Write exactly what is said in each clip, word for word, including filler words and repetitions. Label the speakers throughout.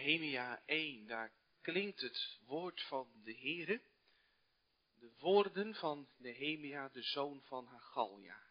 Speaker 1: Nehemia één, daar klinkt het woord van de Heere, de woorden van Nehemia, de zoon van Hagalja.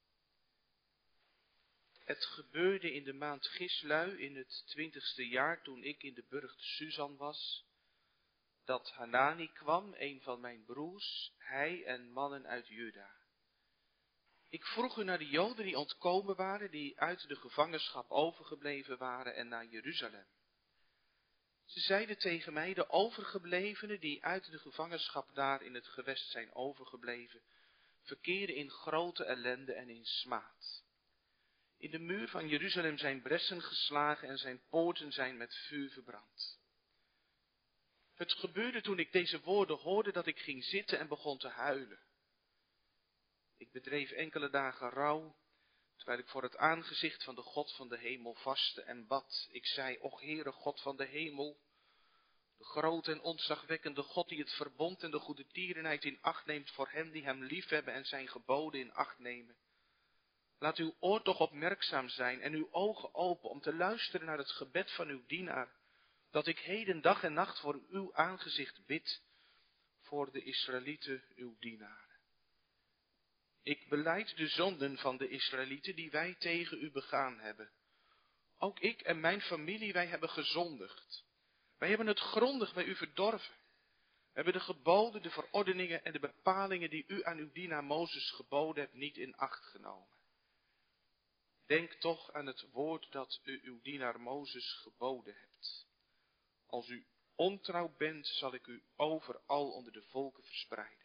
Speaker 1: Het gebeurde in de maand Gislui in het twintigste jaar, toen ik in de burcht Susan was, dat Hanani kwam, een van mijn broers, hij en mannen uit Juda. Ik vroeg u naar de Joden die ontkomen waren, die uit de gevangenschap overgebleven waren en naar Jeruzalem. Ze zeiden tegen mij, de overgeblevenen die uit de gevangenschap daar in het gewest zijn overgebleven, verkeren in grote ellende en in smaad. In de muur van Jeruzalem zijn bressen geslagen en zijn poorten zijn met vuur verbrand. Het gebeurde toen ik deze woorden hoorde dat ik ging zitten en begon te huilen. Ik bedreef enkele dagen rouw, terwijl ik voor het aangezicht van de God van de hemel vastte en bad. Ik zei, och Heere God van de hemel, de grote en ontzagwekkende God die het verbond en de goede tierenheid in acht neemt voor hen die hem liefhebben en zijn geboden in acht nemen. Laat uw oor toch opmerkzaam zijn en uw ogen open om te luisteren naar het gebed van uw dienaar, dat ik heden dag en nacht voor uw aangezicht bid, voor de Israëlieten uw dienaren. Ik belijd de zonden van de Israëlieten die wij tegen u begaan hebben. Ook ik en mijn familie, wij hebben gezondigd. Wij hebben het grondig bij u verdorven. We hebben de geboden, de verordeningen en de bepalingen die u aan uw dienaar Mozes geboden hebt niet in acht genomen. Denk toch aan het woord dat u uw dienaar Mozes geboden hebt. Als u ontrouw bent, zal ik u overal onder de volken verspreiden.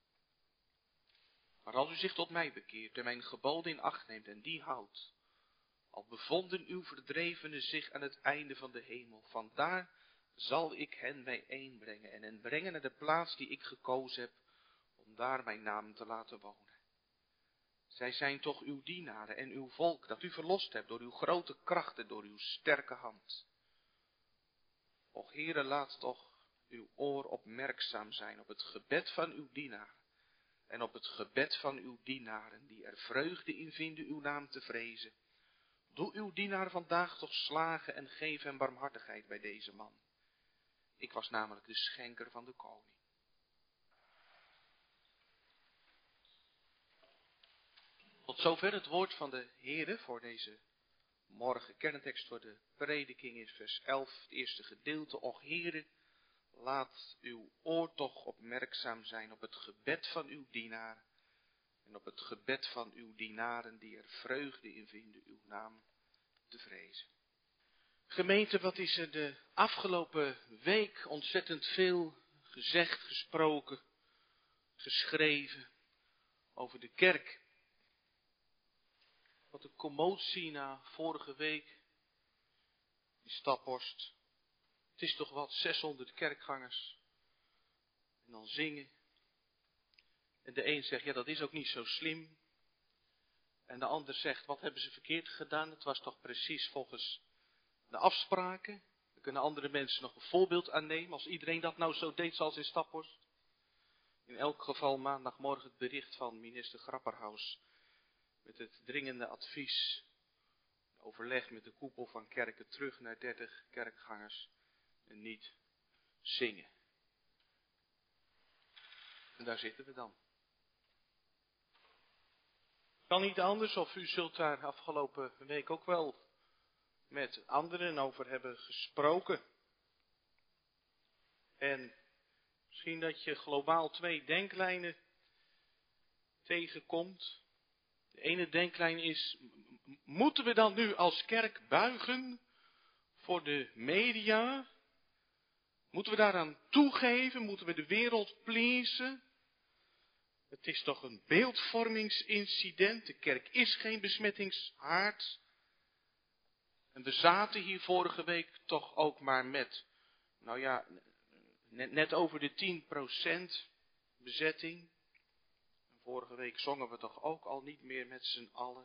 Speaker 1: Maar als u zich tot mij bekeert en mijn geboden in acht neemt en die houdt, al bevonden uw verdrevenen zich aan het einde van de hemel, vandaar zal ik hen bijeenbrengen en hen brengen naar de plaats die ik gekozen heb, om daar mijn naam te laten wonen. Zij zijn toch uw dienaren en uw volk, dat u verlost hebt door uw grote kracht en door uw sterke hand. Och Heere, laat toch uw oor opmerkzaam zijn op het gebed van uw dienaar en op het gebed van uw dienaren, die er vreugde in vinden uw naam te vrezen. Doe uw dienaar vandaag toch slagen en geef hem barmhartigheid bij deze man. Ik was namelijk de schenker van de koning. Tot zover het woord van de Heere voor deze morgen. Kerntekst voor de prediking is vers elf, het eerste gedeelte. Och Heere, laat uw oor toch opmerkzaam zijn op het gebed van uw dienaar en op het gebed van uw dienaren die er vreugde in vinden uw naam te vrezen. Gemeente, wat is er de afgelopen week ontzettend veel gezegd, gesproken, geschreven over de kerk. Wat een commotie na vorige week in Staphorst. Het is toch wat, zeshonderd kerkgangers. En dan zingen. En de een zegt, ja dat is ook niet zo slim. En de ander zegt, wat hebben ze verkeerd gedaan? Het was toch precies volgens de afspraken. Daar kunnen andere mensen nog een voorbeeld aan nemen. Als iedereen dat nou zo deed zoals in Staphorst. In elk geval maandagmorgen het bericht van minister Grapperhaus. Met het dringende advies. Overleg met de koepel van kerken terug naar dertig kerkgangers. En niet zingen. En daar zitten we dan. Kan niet anders, of u zult daar afgelopen week ook wel met anderen over hebben gesproken. En misschien dat je globaal twee denklijnen tegenkomt. De ene denklijn is, moeten we dan nu als kerk buigen voor de media? Moeten we daaraan toegeven? Moeten we de wereld pleasen? Het is toch een beeldvormingsincident. De kerk is geen besmettingshaard. En we zaten hier vorige week toch ook maar met, nou ja, net, net over de tien procent bezetting. En vorige week zongen we toch ook al niet meer met z'n allen.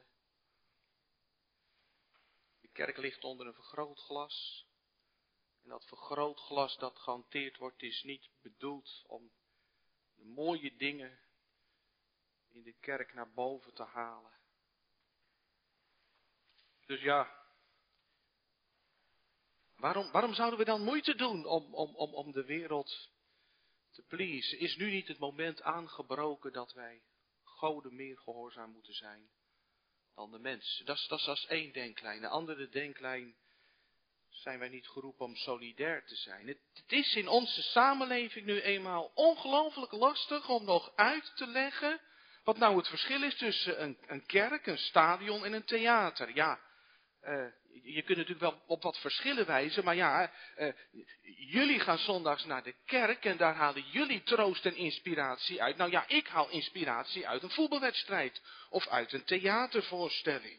Speaker 1: De kerk ligt onder een vergrootglas. En dat vergrootglas dat gehanteerd wordt is niet bedoeld om de mooie dingen in de kerk naar boven te halen. Dus ja, Waarom, waarom zouden we dan moeite doen om, om, om, om de wereld te pleasen? Is nu niet het moment aangebroken dat wij Goden meer gehoorzaam moeten zijn dan de mensen? Dat is, dat is, dat is één denklijn. Een andere denklijn: zijn wij niet geroepen om solidair te zijn? Het, het is in onze samenleving nu eenmaal ongelooflijk lastig om nog uit te leggen wat nou het verschil is tussen een, een kerk, een stadion en een theater. Ja, uh, je kunt natuurlijk wel op wat verschillen wijzen, maar ja, uh, jullie gaan zondags naar de kerk en daar halen jullie troost en inspiratie uit. Nou ja, ik haal inspiratie uit een voetbalwedstrijd of uit een theatervoorstelling.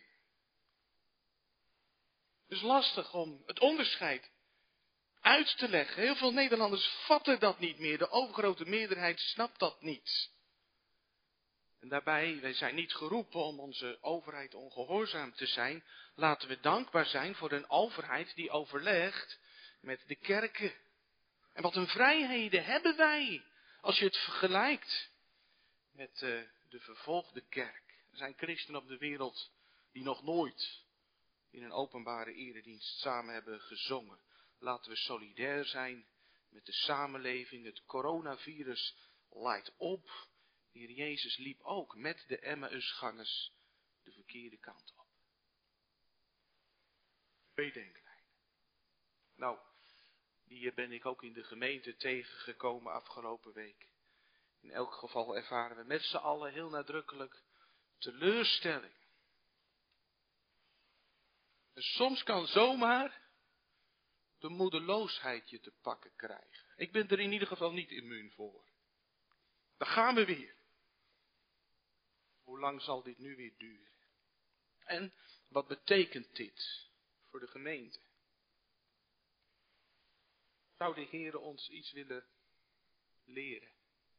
Speaker 1: Het is lastig om het onderscheid uit te leggen. Heel veel Nederlanders vatten dat niet meer. De overgrote meerderheid snapt dat niet. En daarbij, wij zijn niet geroepen om onze overheid ongehoorzaam te zijn. Laten we dankbaar zijn voor een overheid die overlegt met de kerken. En wat een vrijheden hebben wij, als je het vergelijkt met uh, de vervolgde kerk. Er zijn christenen op de wereld die nog nooit in een openbare eredienst samen hebben gezongen. Laten we solidair zijn met de samenleving. Het coronavirus leidt op. De Heer Jezus liep ook met de Emmausgangers de verkeerde kant op. Twee denklijnen. Nou, die ben ik ook in de gemeente tegengekomen afgelopen week. In elk geval ervaren we met z'n allen heel nadrukkelijk teleurstelling. En soms kan zomaar de moedeloosheid je te pakken krijgen. Ik ben er in ieder geval niet immuun voor. Daar gaan we weer. Hoe lang zal dit nu weer duren? En wat betekent dit voor de gemeente? Zou de Heer ons iets willen leren?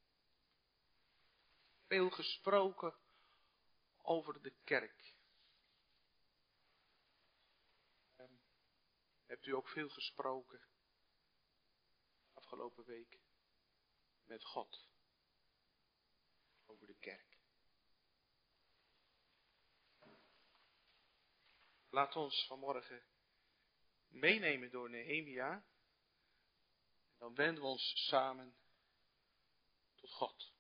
Speaker 1: Veel gesproken over de kerk. En hebt u ook veel gesproken afgelopen week met God over de kerk? Laat ons vanmorgen meenemen door Nehemia. Dan wenden we ons samen tot God.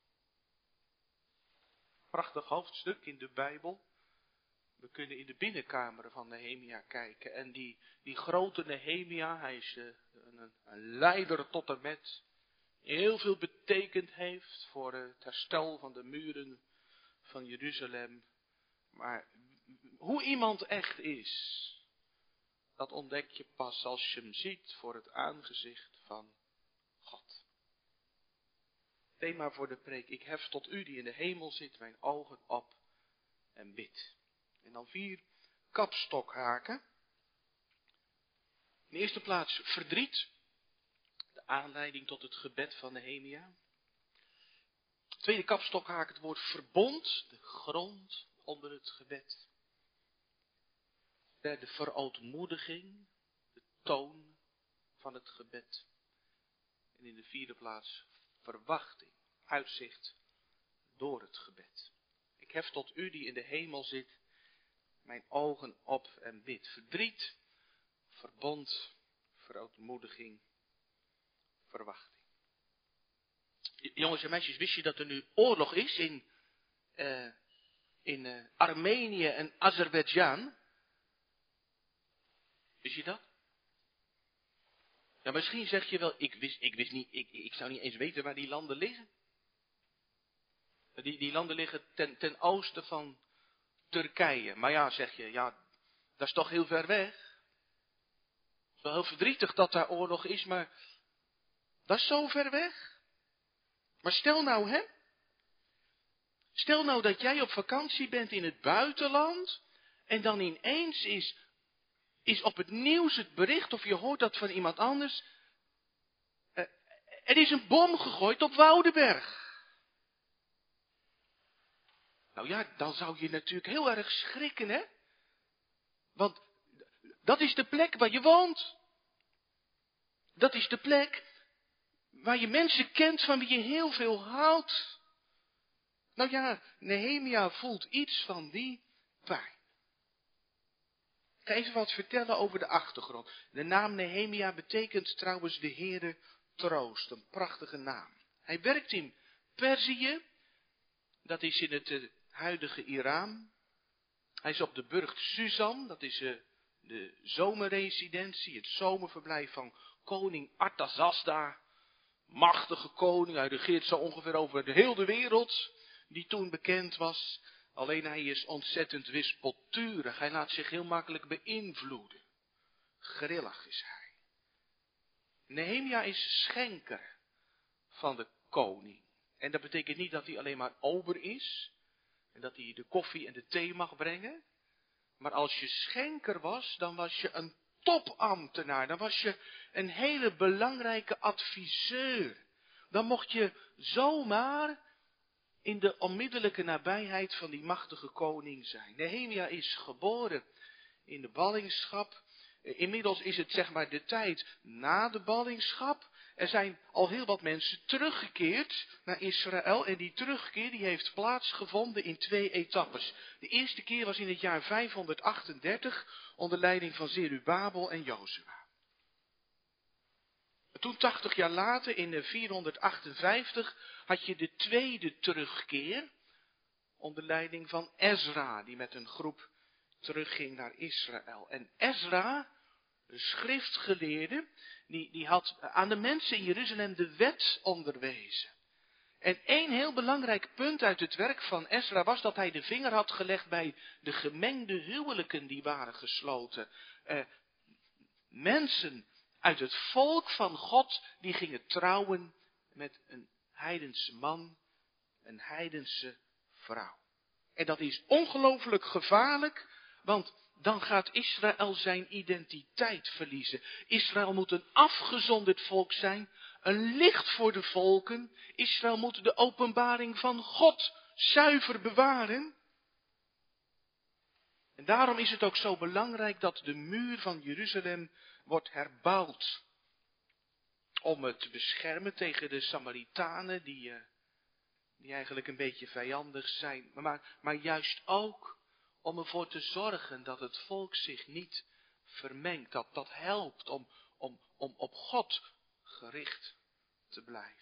Speaker 1: Prachtig hoofdstuk in de Bijbel. We kunnen in de binnenkamer van Nehemia kijken. En die, die grote Nehemia, hij is uh, een, een leider tot en met. Die heel veel betekend heeft voor het herstel van de muren van Jeruzalem. Maar hoe iemand echt is, dat ontdek je pas als je hem ziet voor het aangezicht van God. Thema voor de preek: ik hef tot u die in de hemel zit mijn ogen op en bid. En dan vier kapstokhaken. In de eerste plaats verdriet, de aanleiding tot het gebed van Nehemia. Tweede kapstokhaak, het woord verbond, de grond onder het gebed. Derde, verootmoediging, de toon van het gebed. En in de vierde plaats verwachting, uitzicht door het gebed. Ik hef tot u die in de hemel zit mijn ogen op en bid. Verdriet, verbond, verootmoediging, verwachting. Jongens en meisjes, wist je dat er nu oorlog is in, uh, in uh, Armenië en Azerbeidzjan? Wist je dat? Ja, misschien zeg je wel, ik wist, ik wist niet, ik, ik zou niet eens weten waar die landen liggen. Die, die landen liggen ten, ten oosten van Turkije. Maar ja, zeg je, ja, dat is toch heel ver weg. Het is wel heel verdrietig dat daar oorlog is, maar dat is zo ver weg. Maar stel nou, hè. Stel nou dat jij op vakantie bent in het buitenland en dan ineens is, is op het nieuws het bericht of je hoort dat van iemand anders. Uh, er is een bom gegooid op Woudenberg. Nou ja, dan zou je natuurlijk heel erg schrikken, hè? Want dat is de plek waar je woont. Dat is de plek waar je mensen kent van wie je heel veel houdt. Nou ja, Nehemia voelt iets van die pijn. Ik ga even wat vertellen over de achtergrond. De naam Nehemia betekent trouwens de Heere troost. Een prachtige naam. Hij werkt in Perzië. Dat is in het uh, huidige Iran. Hij is op de burcht Susan. Dat is uh, de zomerresidentie. Het zomerverblijf van koning Artazasda. Machtige koning. Hij regeert zo ongeveer over de hele wereld. Die toen bekend was. Alleen hij is ontzettend wispelturig. Hij laat zich heel makkelijk beïnvloeden. Grillig is hij. Nehemia is schenker van de koning. En dat betekent niet dat hij alleen maar ober is. En dat hij de koffie en de thee mag brengen. Maar als je schenker was, dan was je een topambtenaar. Dan was je een hele belangrijke adviseur. Dan mocht je zomaar in de onmiddellijke nabijheid van die machtige koning zijn. Nehemia is geboren in de ballingschap. Inmiddels is het zeg maar de tijd na de ballingschap. Er zijn al heel wat mensen teruggekeerd naar Israël. En die terugkeer die heeft plaatsgevonden in twee etappes. De eerste keer was in het jaar vijfhonderdachtendertig onder leiding van Zerubabel en Jozua. Toen tachtig jaar later, in vierhonderdachtenvijftig, had je de tweede terugkeer onder leiding van Ezra, die met een groep terugging naar Israël. En Ezra, de schriftgeleerde, die, die had aan de mensen in Jeruzalem de wet onderwezen. En één heel belangrijk punt uit het werk van Ezra was dat hij de vinger had gelegd bij de gemengde huwelijken die waren gesloten. Eh, mensen uit het volk van God, die gingen trouwen met een heidense man, een heidense vrouw. En dat is ongelooflijk gevaarlijk, want dan gaat Israël zijn identiteit verliezen. Israël moet een afgezonderd volk zijn, een licht voor de volken. Israël moet de openbaring van God zuiver bewaren. En daarom is het ook zo belangrijk dat de muur van Jeruzalem wordt herbouwd. Om het te beschermen tegen de Samaritanen die, uh, die eigenlijk een beetje vijandig zijn. Maar, maar juist ook om ervoor te zorgen dat het volk zich niet vermengt. Dat dat helpt om, om, om op God gericht te blijven.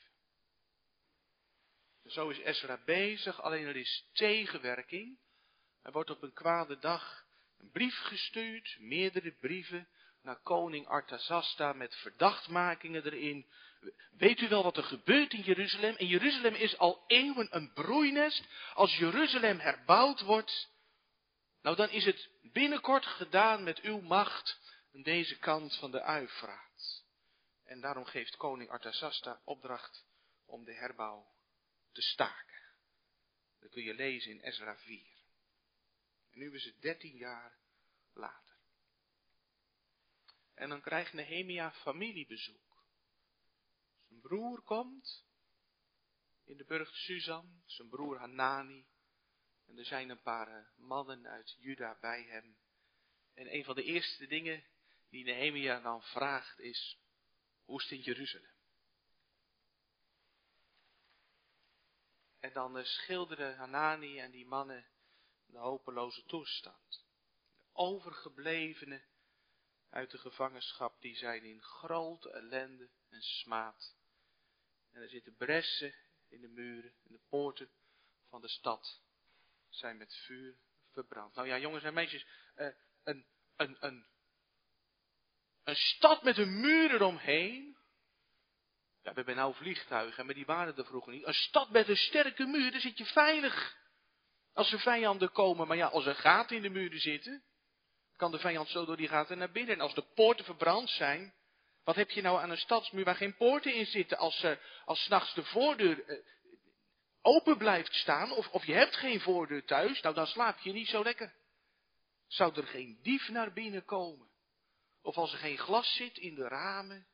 Speaker 1: En zo is Ezra bezig, alleen er is tegenwerking. Er wordt op een kwade dag een brief gestuurd, meerdere brieven, naar koning Artazasda met verdachtmakingen erin. Weet u wel wat er gebeurt in Jeruzalem? En Jeruzalem is al eeuwen een broeinest. Als Jeruzalem herbouwd wordt, nou dan is het binnenkort gedaan met uw macht aan deze kant van de Uifraat. En daarom geeft koning Artazasda opdracht om de herbouw te staken. Dat kun je lezen in Ezra vier. En nu is het dertien jaar later. En dan krijgt Nehemia familiebezoek. Zijn broer komt in de burcht Susan, zijn broer Hanani. En er zijn een paar mannen uit Juda bij hem. En een van de eerste dingen die Nehemia dan vraagt is, hoe is het in Jeruzalem? En dan schilderen Hanani en die mannen de hopeloze toestand. De overgeblevenen uit de gevangenschap, die zijn in grote ellende en smaad. En er zitten bressen in de muren en de poorten van de stad zijn met vuur verbrand. Nou ja, jongens en meisjes, eh, een, een, een, een stad met een muur eromheen. Ja, we hebben nou vliegtuigen, maar die waren er vroeger niet. Een stad met een sterke muur, daar zit je veilig. Als er vijanden komen, maar ja, als er gaten in de muren zitten, kan de vijand zo door die gaten naar binnen. En als de poorten verbrand zijn, wat heb je nou aan een stadsmuur waar geen poorten in zitten? Als, uh, als 's nachts de voordeur uh, open blijft staan, of, of je hebt geen voordeur thuis, nou dan slaap je niet zo lekker. Zou er geen dief naar binnen komen? Of als er geen glas zit in de ramen?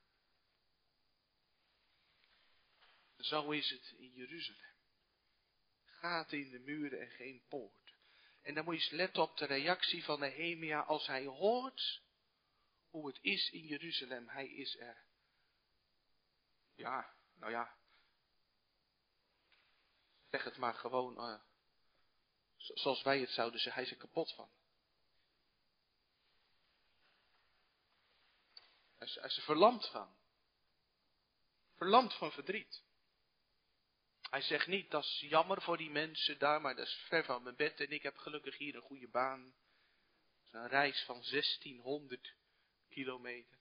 Speaker 1: Zo is het in Jeruzalem. Gaten in de muren en geen poort. En dan moet je eens letten op de reactie van Nehemia als hij hoort hoe het is in Jeruzalem. Hij is er. Ja, nou ja. Zeg het maar gewoon uh, zoals wij het zouden zeggen. Hij is er kapot van. Hij is, hij is er verlamd van. Verlamd van verdriet. Hij zegt niet, dat is jammer voor die mensen daar, maar dat is ver van mijn bed en ik heb gelukkig hier een goede baan. Dat is een reis van zestienhonderd kilometer.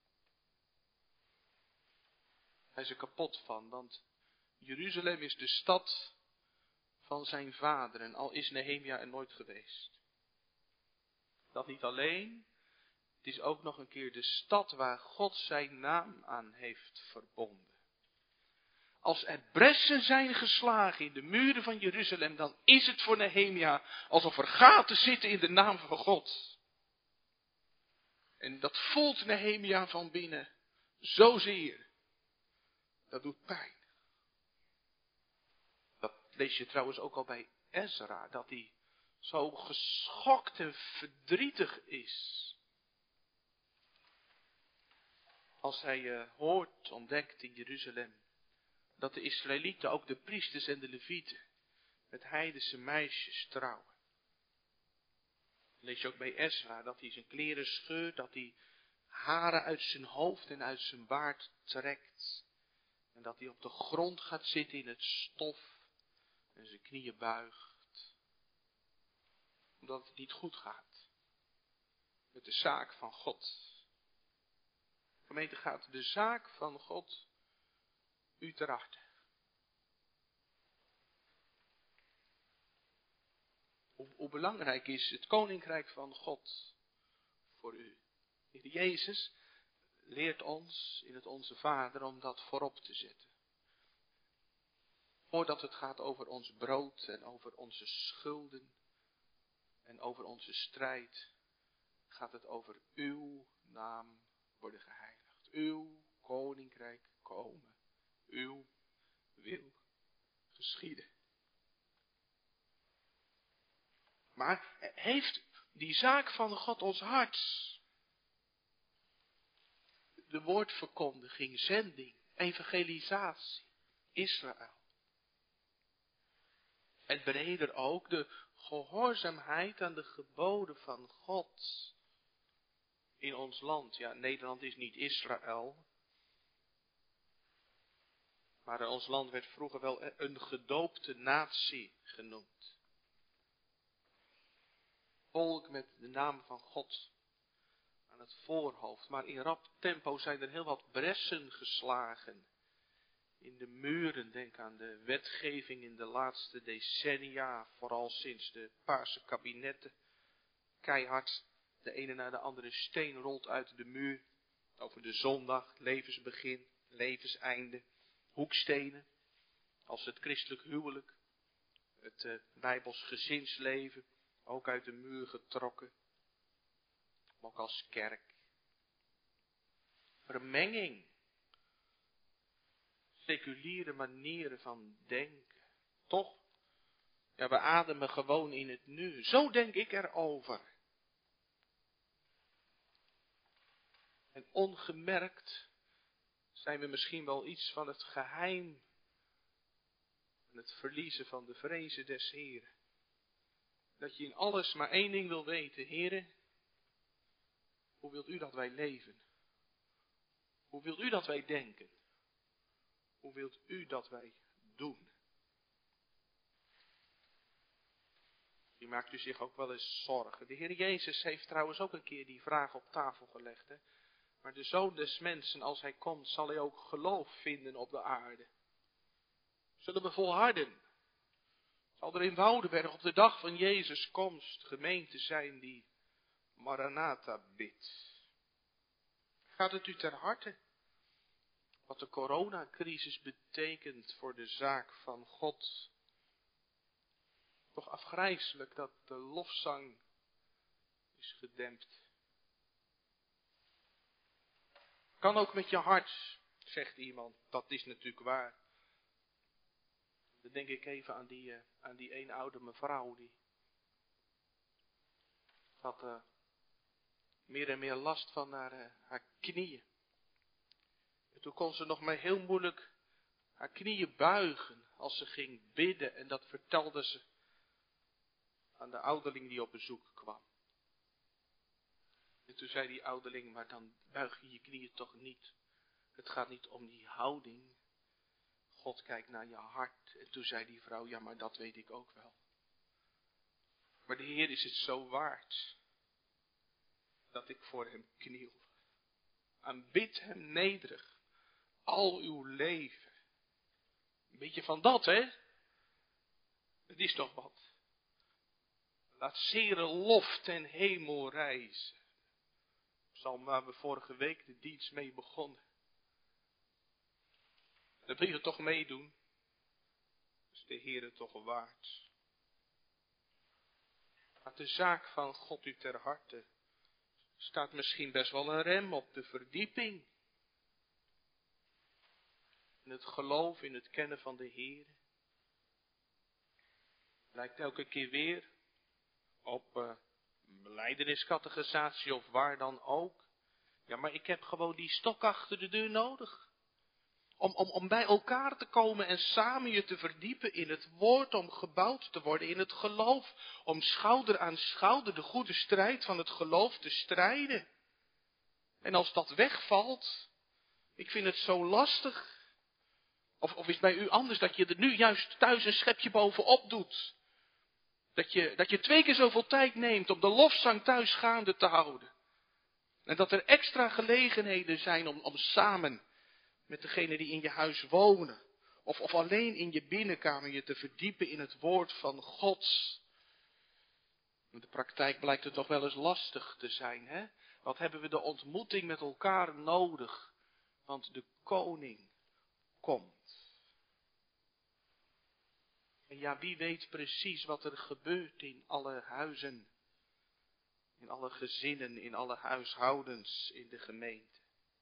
Speaker 1: Hij is er kapot van, want Jeruzalem is de stad van zijn vader en al is Nehemia er nooit geweest. Dat niet alleen, het is ook nog een keer de stad waar God zijn naam aan heeft verbonden. Als er bressen zijn geslagen in de muren van Jeruzalem, dan is het voor Nehemia alsof er gaten zitten in de naam van God. En dat voelt Nehemia van binnen zozeer. Dat doet pijn. Dat lees je trouwens ook al bij Ezra, dat hij zo geschokt en verdrietig is. Als hij uh, hoort, ontdekt in Jeruzalem, dat de Israëlieten, ook de priesters en de levieten, met heidense meisjes trouwen. Lees je ook bij Ezra, dat hij zijn kleren scheurt, dat hij haren uit zijn hoofd en uit zijn baard trekt. En dat hij op de grond gaat zitten in het stof en zijn knieën buigt. Omdat het niet goed gaat met de zaak van God. Gemeente, gaat de zaak van God u ter harte. Hoe, hoe belangrijk is het koninkrijk van God voor u? De Heer Jezus leert ons in het Onze Vader om dat voorop te zetten. Voordat het gaat over ons brood en over onze schulden en over onze strijd, gaat het over uw naam worden geheiligd. Uw koninkrijk komen. Uw wil geschieden. Maar heeft die zaak van God ons hart? De woordverkondiging, zending, evangelisatie, Israël. En breder ook de gehoorzaamheid aan de geboden van God in ons land. Ja, Nederland is niet Israël. Maar ons land werd vroeger wel een gedoopte natie genoemd. Volk met de naam van God aan het voorhoofd. Maar in rap tempo zijn er heel wat bressen geslagen in de muren. Denk aan de wetgeving in de laatste decennia, vooral sinds de Paarse kabinetten. Keihard, de ene na de andere steen rolt uit de muur. Over de zondag, levensbegin, levenseinde, hoekstenen. Als het christelijk huwelijk, het uh, bijbels gezinsleven, ook uit de muur getrokken. Ook als kerk. Vermenging. Seculiere manieren van denken. Toch? Ja, we ademen gewoon in het nu. Zo denk ik erover. En ongemerkt zijn we misschien wel iets van het geheim en het verliezen van de vrezen des Heren. Dat je in alles maar één ding wil weten. Heren, hoe wilt u dat wij leven? Hoe wilt u dat wij denken? Hoe wilt u dat wij doen? U maakt u zich ook wel eens zorgen. De Heer Jezus heeft trouwens ook een keer die vraag op tafel gelegd. Hè? Maar de Zoon des Mensen, als hij komt, zal hij ook geloof vinden op de aarde. Zullen we volharden? Zal er in Woudenberg op de dag van Jezus' komst gemeente zijn die Maranatha bidt? Gaat het u ter harte? Wat de coronacrisis betekent voor de zaak van God. Toch afgrijselijk dat de lofzang is gedempt. Kan ook met je hart, zegt iemand. Dat is natuurlijk waar. Dan denk ik even aan die, uh, aan die een oude mevrouw. Die had uh, meer en meer last van haar, uh, haar knieën. En toen kon ze nog maar heel moeilijk haar knieën buigen als ze ging bidden. En dat vertelde ze aan de ouderling die op bezoek kwam. En toen zei die ouderling, maar dan buig je je knieën toch niet. Het gaat niet om die houding. God kijkt naar je hart. En toen zei die vrouw, ja, maar dat weet ik ook wel. Maar de Heer is het zo waard dat ik voor hem kniel. Aanbid hem nederig. Al uw leven. Een beetje van dat, hè? Het is toch wat. Laat zere lof ten hemel reizen. Psalm waar we vorige week de dienst mee begonnen. Dat wil je toch meedoen. Dus de Heer het toch waard. Laat de zaak van God u ter harte. Staat misschien best wel een rem op de verdieping. In het geloof, in het kennen van de Heer. Lijkt elke keer weer op uh, belijdeniscatechisatie of waar dan ook. Ja, maar ik heb gewoon die stok achter de deur nodig. Om, om, om bij elkaar te komen en samen je te verdiepen in het woord, om gebouwd te worden in het geloof. Om schouder aan schouder de goede strijd van het geloof te strijden. En als dat wegvalt, ik vind het zo lastig. Of, of is het bij u anders dat je er nu juist thuis een schepje bovenop doet? Dat je, dat je twee keer zoveel tijd neemt om de lofzang thuis gaande te houden. En dat er extra gelegenheden zijn om, om samen met degene die in je huis wonen. Of, of alleen in je binnenkamer je te verdiepen in het woord van God. In de praktijk blijkt het toch wel eens lastig te zijn, hè? Wat hebben we de ontmoeting met elkaar nodig? Want de koning komt. En ja, wie weet precies wat er gebeurt in alle huizen. In alle gezinnen, in alle huishoudens, in de gemeente.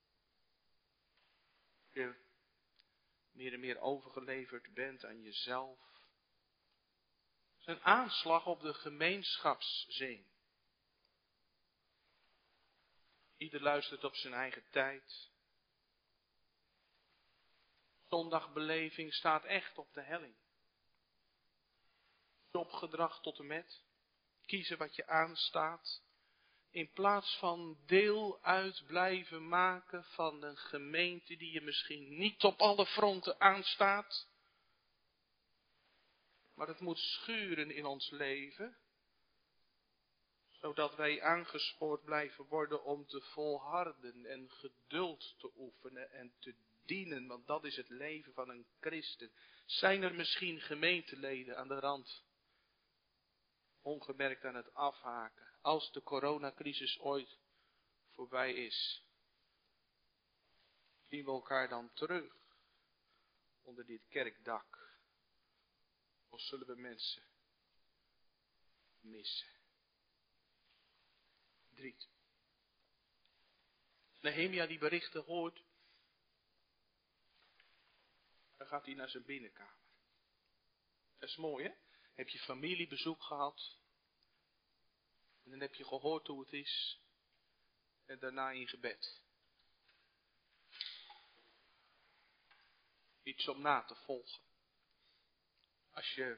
Speaker 1: Je meer en meer overgeleverd bent aan jezelf. Het is een aanslag op de gemeenschapszin. Ieder luistert op zijn eigen tijd. Zondagbeleving staat echt op de helling. Opgedracht tot en met. Kiezen wat je aanstaat. In plaats van deel uit blijven maken van een gemeente die je misschien niet op alle fronten aanstaat. Maar het moet schuren in ons leven. Zodat wij aangespoord blijven worden om te volharden en geduld te oefenen en te dienen. Want dat is het leven van een christen. Zijn er misschien gemeenteleden aan de rand? Ongemerkt aan het afhaken. Als de coronacrisis ooit voorbij is. Zien we elkaar dan terug. Onder dit kerkdak. Of zullen we mensen missen? Drie. Nehemia die berichten hoort. Dan gaat hij naar zijn binnenkamer. Dat is mooi, hè? Heb je familiebezoek gehad. En dan heb je gehoord hoe het is. En daarna in gebed. Iets om na te volgen. Als je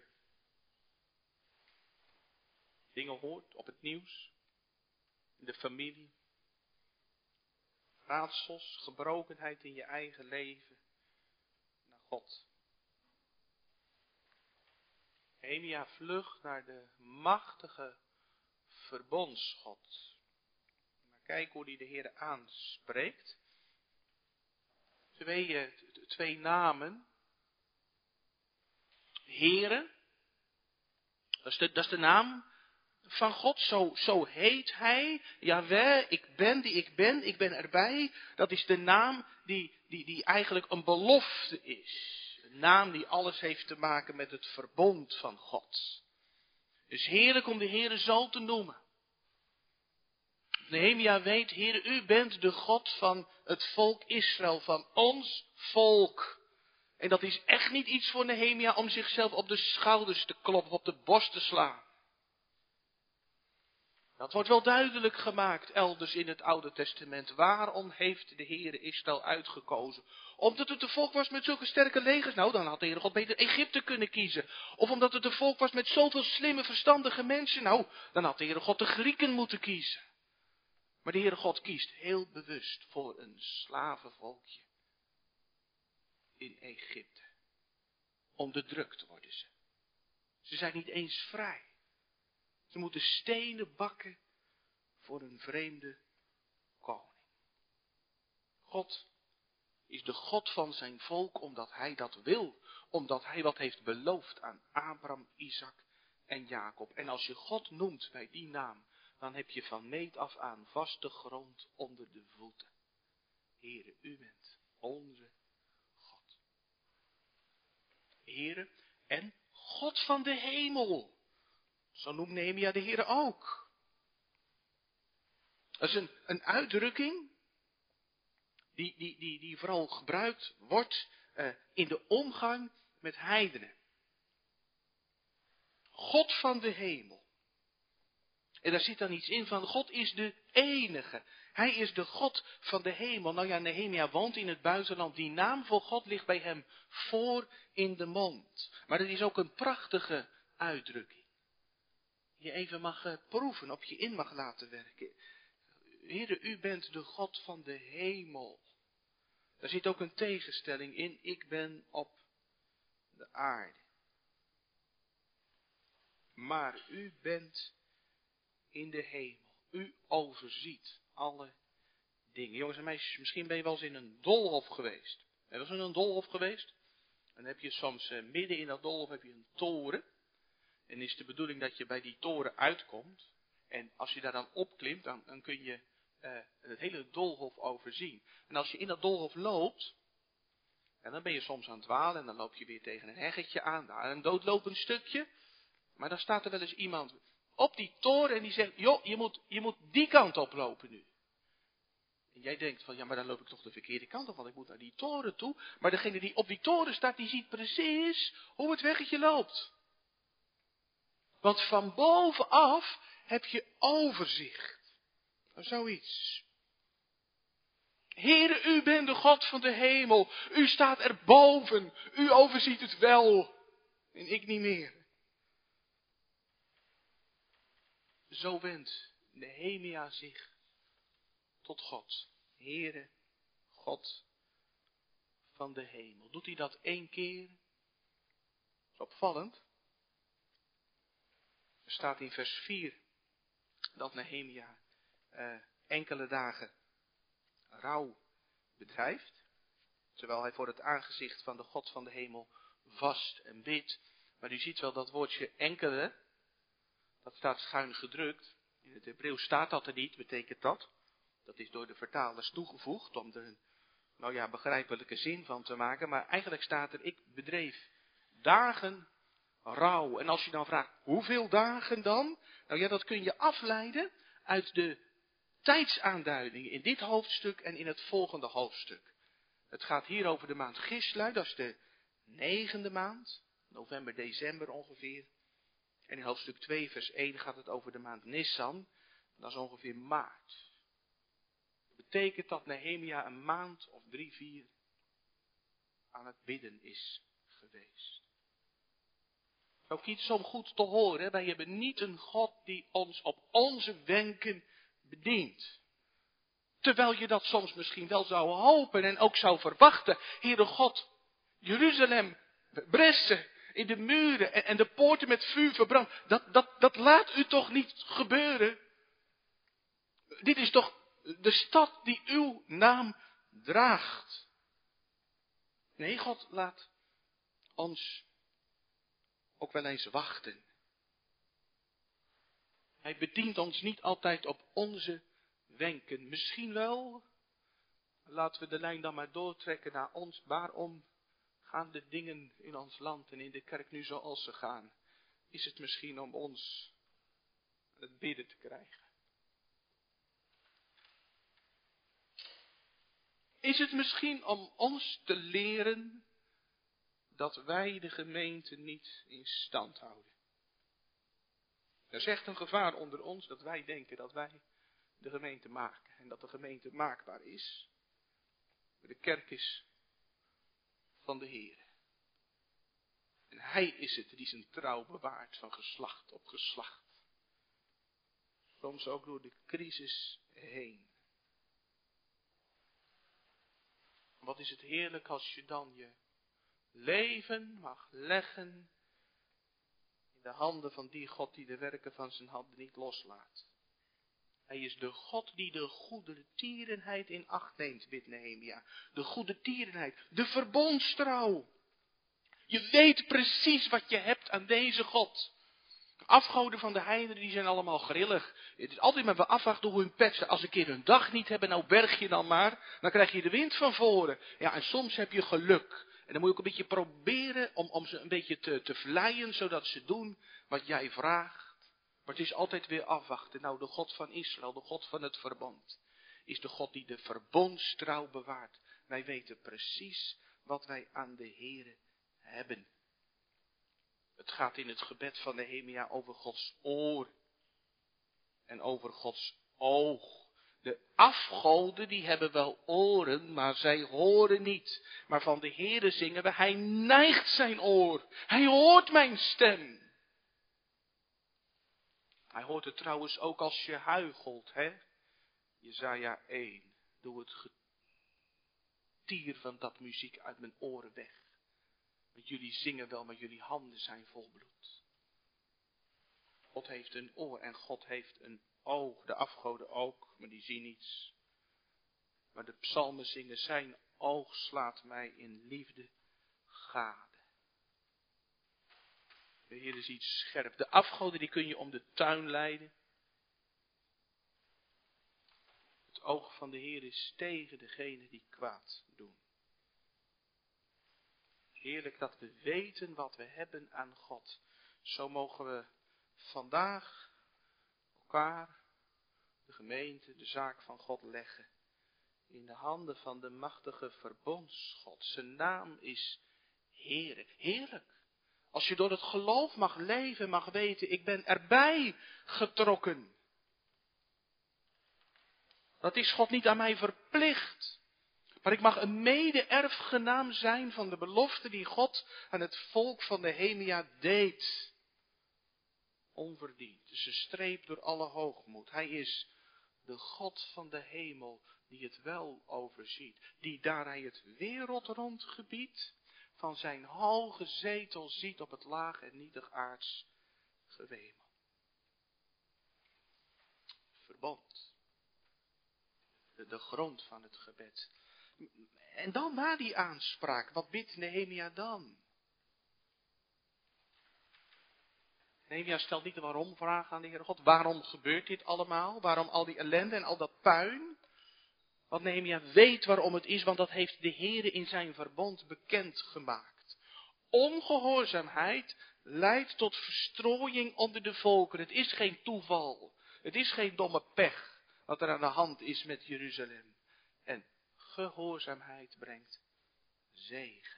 Speaker 1: dingen hoort op het nieuws. In de familie. Raadsels, gebrokenheid in je eigen leven. Naar God. Nehemia vlucht naar de machtige verbondsgod. Maar kijk hoe hij de Heer aanspreekt. Twee, twee namen. Heere. Dat is de, dat is de naam van God. Zo, zo heet hij. Jaweh, ik ben die ik ben. Ik ben erbij. Dat is de naam die, die, die eigenlijk een belofte is. Een naam die alles heeft te maken met het verbond van God. Dus Heere, om de Heere zo te noemen. Nehemia weet, Heere, u bent de God van het volk Israël, van ons volk. En dat is echt niet iets voor Nehemia om zichzelf op de schouders te kloppen, op de borst te slaan. Dat wordt wel duidelijk gemaakt elders in het Oude Testament. Waarom heeft de Heere Israël uitgekozen? Omdat het een volk was met zulke sterke legers? Nou, dan had de Heere God beter Egypte kunnen kiezen. Of omdat het een volk was met zoveel slimme, verstandige mensen? Nou, dan had de Heere God de Grieken moeten kiezen. Maar de Heere God kiest heel bewust voor een slavenvolkje in Egypte. Onderdrukt worden ze. Ze zijn niet eens vrij. Ze moeten stenen bakken voor een vreemde koning. God is de God van zijn volk omdat hij dat wil. Omdat hij wat heeft beloofd aan Abraham, Isaac en Jacob. En als je God noemt bij die naam, dan heb je van meet af aan vaste grond onder de voeten. Heere, u bent onze God. Heere en God van de hemel. Zo noemt Nehemia de Heere ook. Dat is een, een uitdrukking die, die, die, die vooral gebruikt wordt uh, in de omgang met heidenen. God van de hemel. En daar zit dan iets in van, God is de enige. Hij is de God van de hemel. Nou ja, Nehemia woont in het buitenland. Die naam voor God ligt bij hem voor in de mond. Maar het is ook een prachtige uitdrukking. Je even mag uh, proeven, op je in mag laten werken. Heere, u bent de God van de hemel. Daar zit ook een tegenstelling in. Ik ben op de aarde. Maar u bent in de hemel. U overziet alle dingen. Jongens en meisjes, misschien ben je wel eens in een doolhof geweest. Ben je wel eens in een doolhof geweest? En dan heb je soms uh, midden in dat doolhof heb je een toren. En is de bedoeling dat je bij die toren uitkomt. En als je daar dan opklimt, dan, dan kun je uh, het hele doolhof overzien. En als je in dat doolhof loopt, en dan ben je soms aan het dwalen en dan loop je weer tegen een heggetje aan. Daar een doodlopend stukje. Maar dan staat er wel eens iemand op die toren en die zegt, joh, je moet, je moet die kant op lopen nu. En jij denkt van, ja, maar dan loop ik toch de verkeerde kant op, want ik moet naar die toren toe. Maar degene die op die toren staat, die ziet precies hoe het weggetje loopt. Want van bovenaf heb je overzicht. Zoiets. Heere, u bent de God van de hemel. U staat erboven. U overziet het wel. En ik niet meer. Zo wendt Nehemia zich tot God. Heere, God van de hemel. Doet hij dat één keer? Dat is opvallend. Er staat in vers vier dat Nehemia uh, enkele dagen rouw bedrijft. Terwijl hij voor het aangezicht van de God van de hemel vast en bidt. Maar u ziet wel dat woordje enkele. Dat staat schuin gedrukt. In het Hebreeuws staat dat er niet, betekent dat. Dat is door de vertalers toegevoegd om er een, nou ja, begrijpelijke zin van te maken. Maar eigenlijk staat er, ik bedreef dagen rouw. En als je dan vraagt, hoeveel dagen dan? Nou ja, dat kun je afleiden uit de tijdsaanduidingen in dit hoofdstuk en in het volgende hoofdstuk. Het gaat hier over de maand Gislui, dat is de negende maand, november, december ongeveer. En in hoofdstuk twee, vers één gaat het over de maand Nissan. Dat is ongeveer maart. Dat betekent dat Nehemia een maand of drie, vier aan het bidden is geweest. Ook iets om goed te horen. Wij hebben niet een God die ons op onze wenken bedient. Terwijl je dat soms misschien wel zou hopen en ook zou verwachten. Heere God, Jeruzalem, Bresse, in de muren en, en de poorten met vuur verbrand. Dat, dat, dat laat u toch niet gebeuren? Dit is toch de stad die uw naam draagt. Nee, God laat ons ook wel eens wachten. Hij bedient ons niet altijd op onze wenken. Misschien wel. Laten we de lijn dan maar doortrekken naar ons. Waarom gaan de dingen in ons land en in de kerk nu zoals ze gaan? Is het misschien om ons het bidden te krijgen? Is het misschien om ons te leren dat wij de gemeente niet in stand houden? Er is echt een gevaar onder ons dat wij denken dat wij de gemeente maken. En dat de gemeente maakbaar is. De kerk is van de Heer. En Hij is het die zijn trouw bewaart van geslacht op geslacht. Soms ook door de crisis heen. Wat is het heerlijk als je dan je leven mag leggen in de handen van die God die de werken van zijn handen niet loslaat. Hij is de God die de goede tierenheid in acht neemt, bidt Nehemia. De goede tierenheid, de verbondstrouw. Je weet precies wat je hebt aan deze God. De afgoden van de heidenen, die zijn allemaal grillig. Het is altijd maar we afwachten hoe hun petsen. Als een keer hun dag niet hebben, nou berg je dan maar. Dan krijg je de wind van voren. Ja, en soms heb je geluk. En dan moet je ook een beetje proberen om, om ze een beetje te, te vleien, zodat ze doen wat jij vraagt. Maar het is altijd weer afwachten. Nou, de God van Israël, de God van het verbond, is de God die de verbondstrouw bewaart. Wij weten precies wat wij aan de Here hebben. Het gaat in het gebed van Nehemia over Gods oor en over Gods oog. De afgoden die hebben wel oren, maar zij horen niet. Maar van de Here zingen we, hij neigt zijn oor. Hij hoort mijn stem. Hij hoort het trouwens ook als je huichelt, hè? Jesaja één. Doe het getier van dat muziek uit mijn oren weg. Want jullie zingen wel, maar jullie handen zijn vol bloed. God heeft een oor en God heeft een oog. De afgoden ook, maar die zien niets. Maar de psalmen zingen, zijn oog slaat mij in liefde gade. De Heer is iets scherp. De afgoden die kun je om de tuin leiden. Het oog van de Heer is tegen degene die kwaad doen. Heerlijk dat we weten wat we hebben aan God. Zo mogen we vandaag elkaar, de gemeente, de zaak van God leggen. In de handen van de machtige verbondsgod. Zijn naam is Heere. Heerlijk. Als je door het geloof mag leven, mag weten, ik ben erbij getrokken. Dat is God niet aan mij verplicht. Maar ik mag een mede-erfgenaam zijn van de belofte die God aan het volk van Nehemia deed. Onverdiend. Dus een streep door alle hoogmoed. Hij is de God van de hemel die het wel overziet. Die daar hij het wereldrondgebied van zijn hoge zetel ziet op het laag en nietig aards gewemel. Verbond. De, de grond van het gebed. En dan na die aanspraak, wat bidt Nehemia dan? Nehemia stelt niet de waarom-vraag aan de Heere God. Waarom gebeurt dit allemaal? Waarom al die ellende en al dat puin? Want Nehemia weet waarom het is, want dat heeft de Heere in zijn verbond bekendgemaakt. Ongehoorzaamheid leidt tot verstrooiing onder de volkeren. Het is geen toeval. Het is geen domme pech wat er aan de hand is met Jeruzalem. En gehoorzaamheid brengt zegen.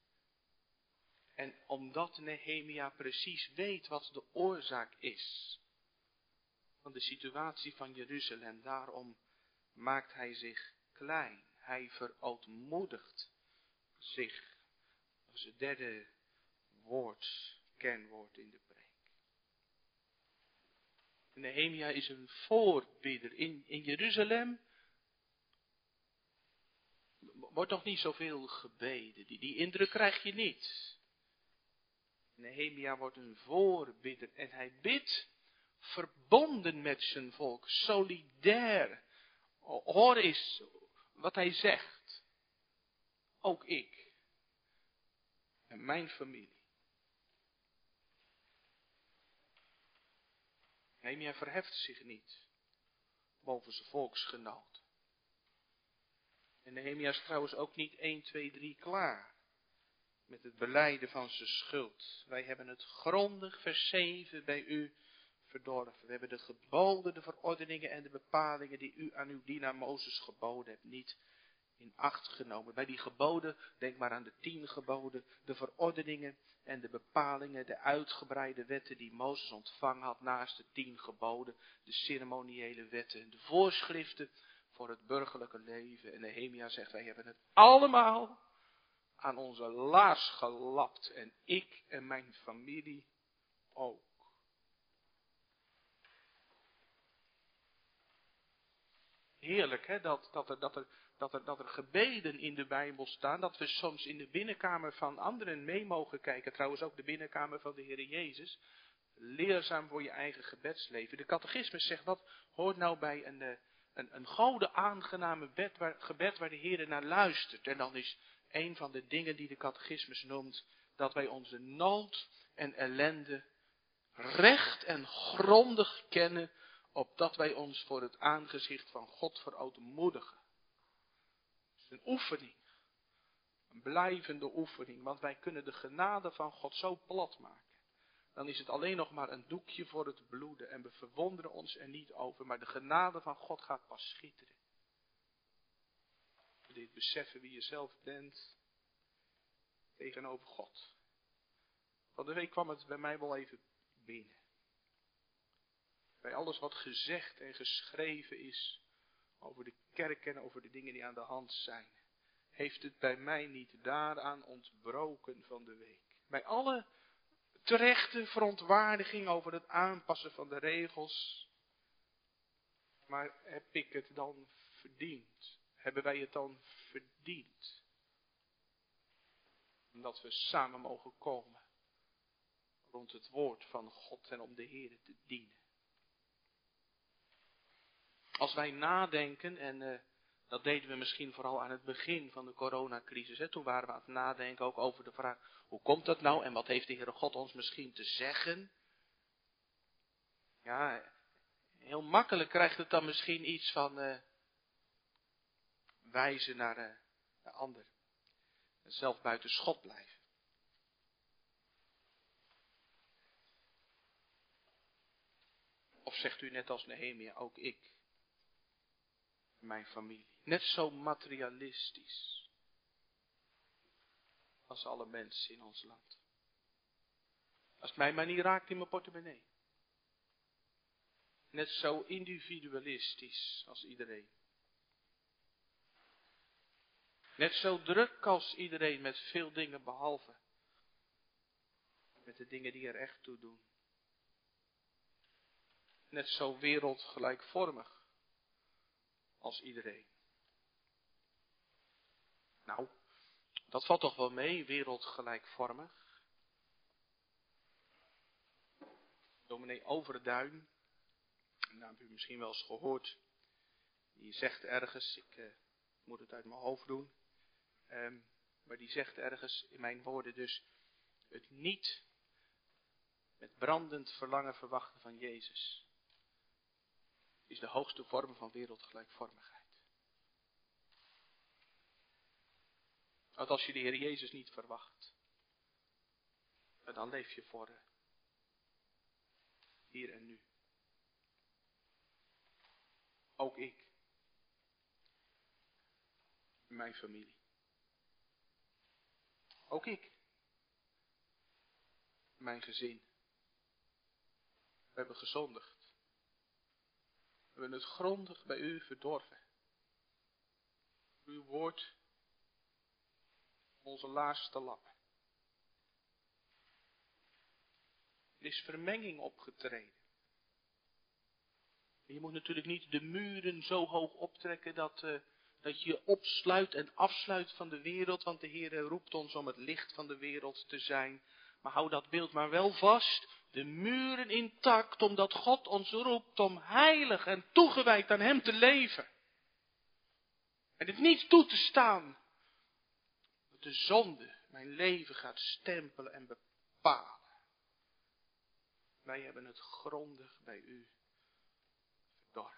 Speaker 1: En omdat Nehemia precies weet wat de oorzaak is van de situatie van Jeruzalem, daarom maakt hij zich klein. Hij verootmoedigt zich. Dat is het derde woord, kernwoord in de preek. Nehemia is een voorbidder. In, in Jeruzalem wordt nog niet zoveel gebeden. Die, die indruk krijg je niet. Nehemia wordt een voorbidder en hij bidt verbonden met zijn volk, solidair. Hoor eens wat hij zegt. Ook ik en mijn familie. Nehemia verheft zich niet boven zijn volksgenoten. En Nehemia is trouwens ook niet één, twee, drie klaar met het belijden van zijn schuld. Wij hebben het grondig vers zeven bij u verdorven. We hebben de geboden, de verordeningen en de bepalingen die u aan uw dienaar Mozes geboden hebt niet in acht genomen. Bij die geboden, denk maar aan de tien geboden, de verordeningen en de bepalingen, de uitgebreide wetten die Mozes ontvangen had naast de tien geboden, de ceremoniële wetten, de voorschriften voor het burgerlijke leven. En Nehemia zegt, wij hebben het allemaal aan onze laars gelapt en ik en mijn familie ook. Heerlijk, hè? Dat, dat, er, dat, er, dat, er, dat er gebeden in de Bijbel staan. Dat we soms in de binnenkamer van anderen mee mogen kijken. Trouwens ook de binnenkamer van de Heer Jezus. Leerzaam voor je eigen gebedsleven. De catechismus zegt, wat hoort nou bij een, een, een gode aangename bed waar, gebed waar de Heer naar luistert. En dan is een van de dingen die de catechismus noemt, dat wij onze nood en ellende recht en grondig kennen, opdat wij ons voor het aangezicht van God verootmoedigen. Het is een oefening, een blijvende oefening, want wij kunnen de genade van God zo plat maken. Dan is het alleen nog maar een doekje voor het bloeden en we verwonderen ons er niet over, maar de genade van God gaat pas schitteren. Dit beseffen wie je zelf bent tegenover God. Van de week kwam het bij mij wel even binnen. Bij alles wat gezegd en geschreven is over de kerk en over de dingen die aan de hand zijn, heeft het bij mij niet daaraan ontbroken van de week. Bij alle terechte verontwaardiging over het aanpassen van de regels, maar heb ik het dan verdiend? Hebben wij het dan verdiend? Omdat we samen mogen komen rond het woord van God en om de Heer te dienen. Als wij nadenken, en uh, dat deden we misschien vooral aan het begin van de coronacrisis, hè, toen waren we aan het nadenken ook over de vraag, hoe komt dat nou en wat heeft de Heere God ons misschien te zeggen? Ja, heel makkelijk krijgt het dan misschien iets van uh, wijzen naar uh, de ander. En zelf buiten schot blijven. Of zegt u net als Nehemia, ook ik, mijn familie. Net zo materialistisch als alle mensen in ons land. Als het mij maar niet raakt in mijn portemonnee. Net zo individualistisch als iedereen. Net zo druk als iedereen met veel dingen behalve. Met de dingen die er echt toe doen. Net zo wereldgelijkvormig als iedereen. Nou, dat valt toch wel mee, wereldgelijkvormig. Dominee Overduin, nou heb u misschien wel eens gehoord, die zegt ergens, ik uh, moet het uit mijn hoofd doen, um, maar die zegt ergens in mijn woorden dus, het niet met brandend verlangen verwachten van Jezus is de hoogste vorm van wereldgelijkvormigheid. Want als je de Heer Jezus niet verwacht, dan leef je voor hier en nu. Ook ik. Mijn familie. Ook ik. Mijn gezin. We hebben gezondigd. We hebben het grondig bij u verdorven. Uw woord, onze laarste lappen. Er is vermenging opgetreden. Je moet natuurlijk niet de muren zo hoog optrekken dat, uh, dat je je opsluit en afsluit van de wereld. Want de Heer roept ons om het licht van de wereld te zijn. Maar hou dat beeld maar wel vast. De muren intact, omdat God ons roept om heilig en toegewijd aan Hem te leven. En het niet toe te staan. Dat de zonde mijn leven gaat stempelen en bepalen. Wij hebben het grondig bij u verdorven.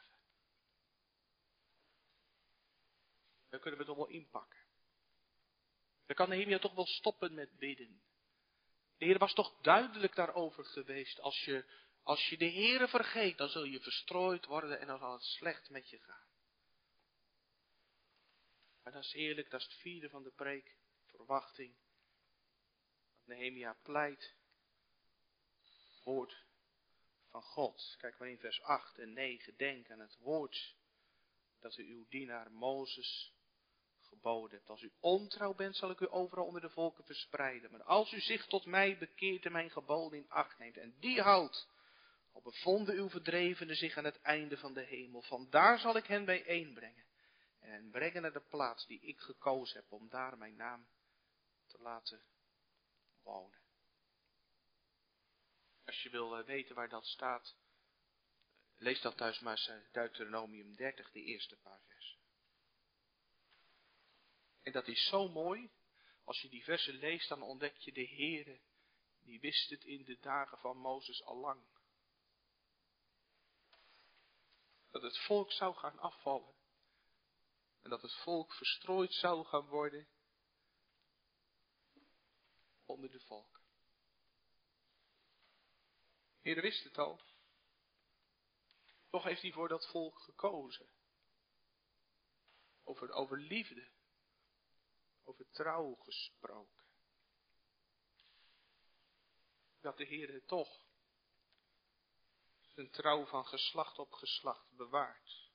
Speaker 1: Dan kunnen we het toch wel inpakken. Dan kan Nehemia toch wel stoppen met bidden. De Heer was toch duidelijk daarover geweest. Als je, als je de Heere vergeet, dan zul je verstrooid worden en dan zal het slecht met je gaan. Maar dat is heerlijk, dat is het vierde van de preek. Verwachting. Dat Nehemia pleit. Woord van God. Kijk maar in vers acht en negen. Denk aan het woord dat u uw dienaar Mozes geboden hebt. Als u ontrouw bent, zal ik u overal onder de volken verspreiden. Maar als u zich tot mij bekeert en mijn geboden in acht neemt en die houdt, Al bevonden uw verdrevenen zich aan het einde van de hemel, vandaar zal ik hen bijeenbrengen en hen brengen naar de plaats die ik gekozen heb om daar mijn naam te laten wonen. Als je wil weten waar dat staat, lees dan thuis maar eens Deuteronomium dertig, de eerste paar versen. En dat is zo mooi, als je die versen leest, dan ontdek je de Heere, die wist het in de dagen van Mozes al lang. Dat het volk zou gaan afvallen. En dat het volk verstrooid zou gaan worden onder de volken. De Heer wist het al. Toch heeft hij voor dat volk gekozen. Over, over liefde. Over trouw gesproken. Dat de Heer het toch zijn trouw van geslacht op geslacht bewaart.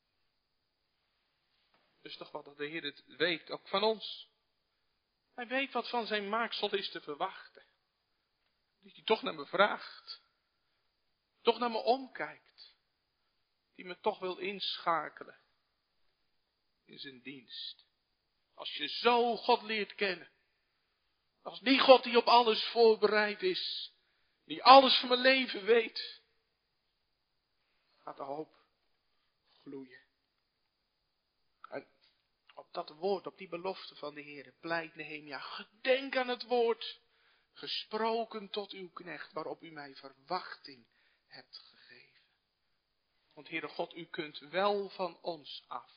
Speaker 1: Dus toch wat dat de Heer het weet, ook van ons. Hij weet wat van zijn maaksel is te verwachten. Dat hij toch naar me vraagt. Toch naar me omkijkt. Die me toch wil inschakelen. In zijn dienst. Als je zo God leert kennen. Als die God die op alles voorbereid is. Die alles van mijn leven weet. Gaat de hoop gloeien. En op dat woord, op die belofte van de Heer, pleit Nehemia. Gedenk aan het woord. Gesproken tot uw knecht, waarop u mij verwachting hebt gegeven. Want Heere God, u kunt wel van ons af.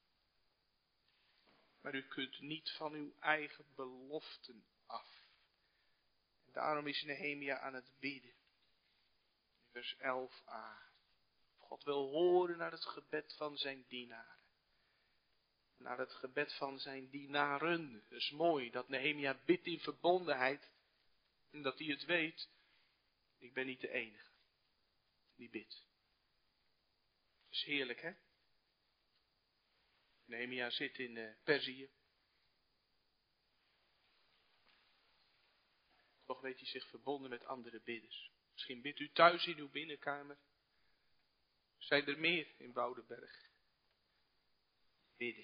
Speaker 1: Maar u kunt niet van uw eigen beloften af. En daarom is Nehemia aan het bidden. Vers elf a. God wil horen naar het gebed van zijn dienaren. Naar het gebed van zijn dienaren. Het is mooi dat Nehemia bidt in verbondenheid. En dat hij het weet. Ik ben niet de enige die bidt. Dat is heerlijk, hè? Nehemia zit in uh, Perzië. Toch weet hij zich verbonden met andere bidders. Misschien bidt u thuis in uw binnenkamer. Zijn er meer in Woudenberg? Bidden.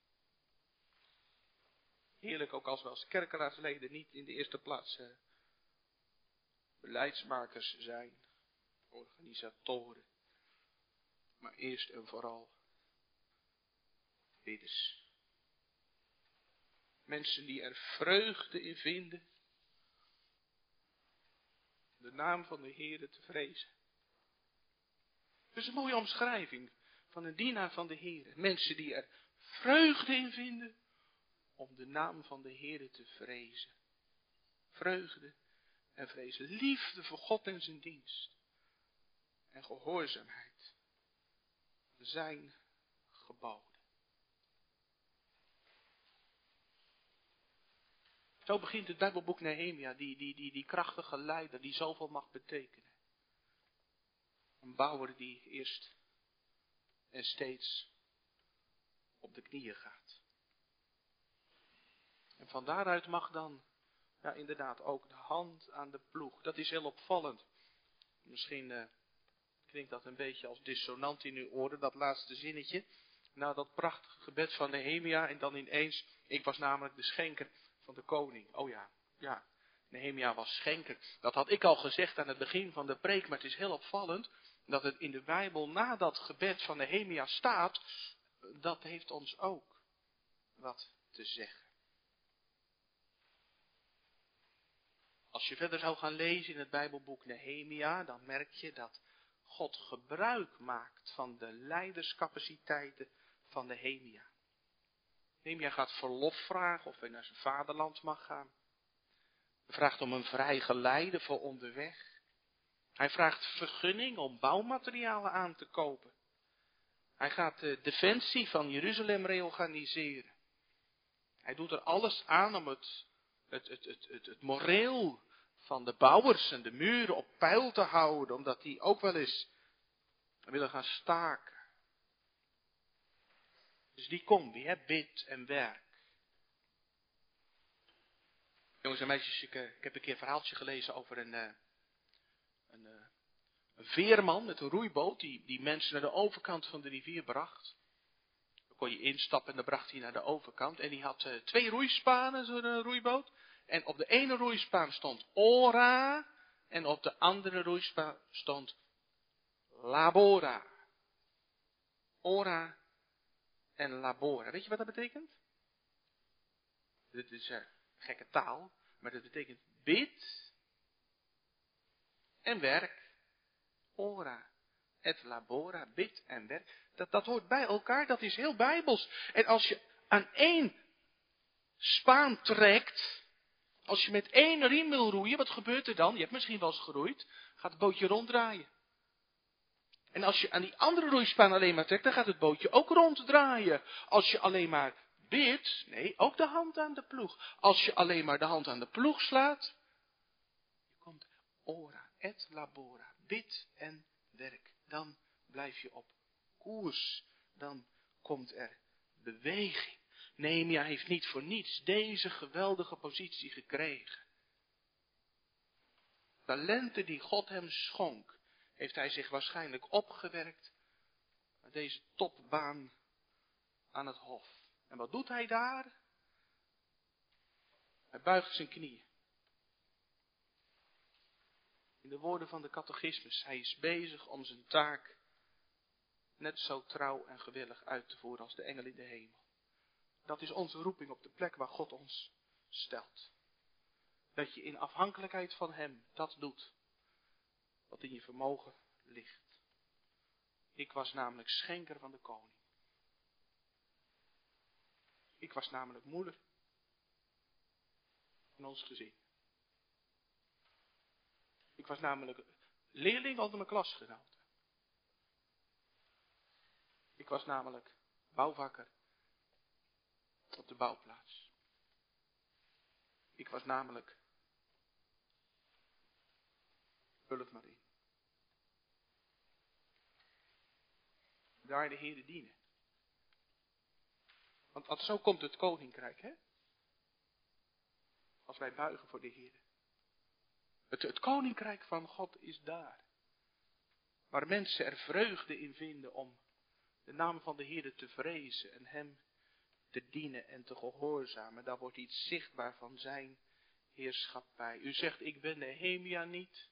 Speaker 1: Heerlijk ook als we als kerkeraadsleden niet in de eerste plaats uh, beleidsmakers zijn. Organisatoren. Maar eerst en vooral bidders. Mensen die er vreugde in vinden. De naam van de Heere te vrezen. Dat is een mooie omschrijving van een dienaar van de Heere. Mensen die er vreugde in vinden om de naam van de Heere te vrezen. Vreugde en vrezen. Liefde voor God en zijn dienst. En gehoorzaamheid. Zijn geboden. Zo begint het Bijbelboek Nehemia, die, die, die, die krachtige leider die zoveel mag betekenen. Een bouwer die eerst en steeds op de knieën gaat. En van daaruit mag dan, ja inderdaad, ook de hand aan de ploeg. Dat is heel opvallend. Misschien uh, klinkt dat een beetje als dissonant in uw oren, dat laatste zinnetje. Na dat prachtige gebed van Nehemia en dan ineens, ik was namelijk de schenker van de koning. Oh ja, ja, Nehemia was schenker. Dat had ik al gezegd aan het begin van de preek, maar het is heel opvallend dat het in de Bijbel na dat gebed van Nehemia staat. Dat heeft ons ook wat te zeggen. Als je verder zou gaan lezen in het Bijbelboek Nehemia, dan merk je dat God gebruik maakt van de leiderscapaciteiten van Nehemia. Nehemia gaat verlof vragen of hij naar zijn vaderland mag gaan. Hij vraagt om een vrijgeleide voor onderweg. Hij vraagt vergunning om bouwmaterialen aan te kopen. Hij gaat de defensie van Jeruzalem reorganiseren. Hij doet er alles aan om het, het, het, het, het, het moreel van de bouwers en de muren op peil te houden, omdat die ook wel eens willen gaan staken. Dus die combi, hè, bid en werk. Jongens en meisjes, ik, uh, ik heb een keer een verhaaltje gelezen over een, uh, een, uh, een veerman met een roeiboot die, die mensen naar de overkant van de rivier bracht. Dan kon je instappen en dan bracht hij naar de overkant. En die had uh, twee roeispanen, zo'n roeiboot. En op de ene roeispaan stond Ora en op de andere roeispaan stond Labora. Ora en Labora. Weet je wat dat betekent? Dit is uh, gekke taal, maar dat betekent bid en werk. Ora et labora, bid en werk. Dat, dat hoort bij elkaar, dat is heel bijbels. En als je aan één spaan trekt, als je met één riem wil roeien, wat gebeurt er dan? Je hebt misschien wel eens geroeid, gaat het bootje ronddraaien. En als je aan die andere roeispaan alleen maar trekt, dan gaat het bootje ook ronddraaien. Als je alleen maar bidt, nee, ook de hand aan de ploeg. Als je alleen maar de hand aan de ploeg slaat, je komt ora et labora, bid en werk. Dan blijf je op koers. Dan komt er beweging. Nehemia heeft niet voor niets deze geweldige positie gekregen. Talenten die God hem schonk, heeft hij zich waarschijnlijk opgewerkt naar deze topbaan aan het hof. En wat doet hij daar? Hij buigt zijn knieën. In de woorden van de catechismus, hij is bezig om zijn taak net zo trouw en gewillig uit te voeren als de engel in de hemel. Dat is onze roeping op de plek waar God ons stelt. Dat je in afhankelijkheid van hem dat doet wat in je vermogen ligt. Ik was namelijk schenker van de koning. Ik was namelijk moeder in ons gezin. Ik was namelijk leerling onder mijn klasgenoten. Ik was namelijk bouwvakker op de bouwplaats. Ik was namelijk, vul het maar in, daar de Heere dienen. Want, want zo komt het koninkrijk, hè? Als wij buigen voor de Heere. Het, het koninkrijk van God is daar. Waar mensen er vreugde in vinden om de naam van de Heere te vrezen en hem te dienen en te gehoorzamen. Daar wordt iets zichtbaar van zijn heerschappij. U zegt, ik ben Nehemia niet.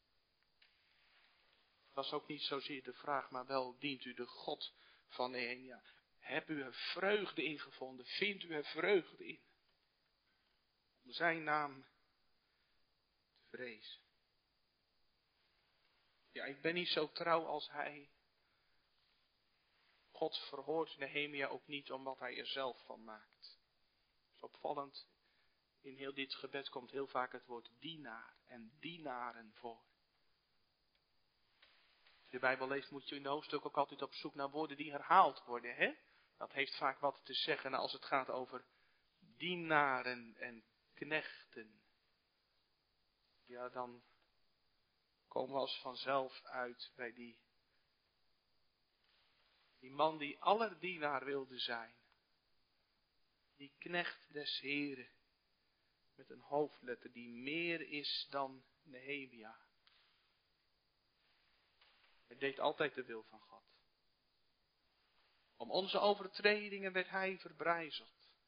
Speaker 1: Dat was ook niet zozeer de vraag, maar wel dient u de God van Nehemia. Hebt u er vreugde in gevonden? Vindt u er vreugde in? Om zijn naam te vrezen. Ja, ik ben niet zo trouw als hij. God verhoort Nehemia ook niet om wat hij er zelf van maakt. Het is opvallend. In heel dit gebed komt heel vaak het woord dienaar en dienaren voor. Als je de Bijbel leest moet je in de hoofdstuk ook altijd op zoek naar woorden die herhaald worden. Hè? Dat heeft vaak wat te zeggen als het gaat over dienaren en knechten. Ja, dan komen we als vanzelf uit bij die, die man die allerdienaar wilde zijn. Die knecht des Heren. Met een hoofdletter die meer is dan Nehemia. Hij deed altijd de wil van God. Om onze overtredingen werd hij verbrijzeld.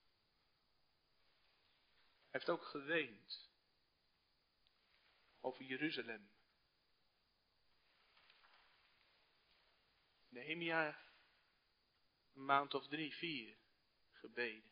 Speaker 1: Hij heeft ook geweend over Jeruzalem. Nehemia een maand of drie, vier gebeden.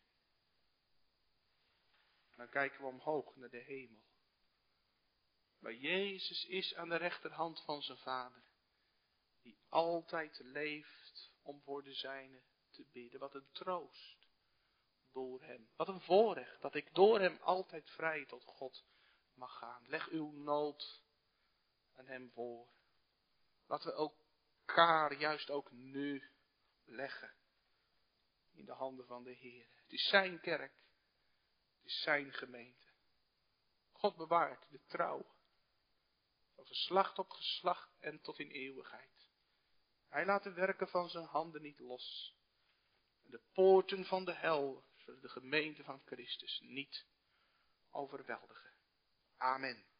Speaker 1: Dan kijken we omhoog naar de hemel. Waar Jezus is aan de rechterhand van zijn Vader. Die altijd leeft om voor de zijnen te bidden. Wat een troost door hem. Wat een voorrecht dat ik door hem altijd vrij tot God mag gaan. Leg uw nood aan hem voor. Laten we elkaar juist ook nu leggen in de handen van de Heer. Het is zijn kerk. Het is zijn gemeente. God bewaart de trouw. Van geslacht op geslacht en tot in eeuwigheid. Hij laat de werken van zijn handen niet los. En de poorten van de hel zullen de gemeente van Christus niet overweldigen. Amen.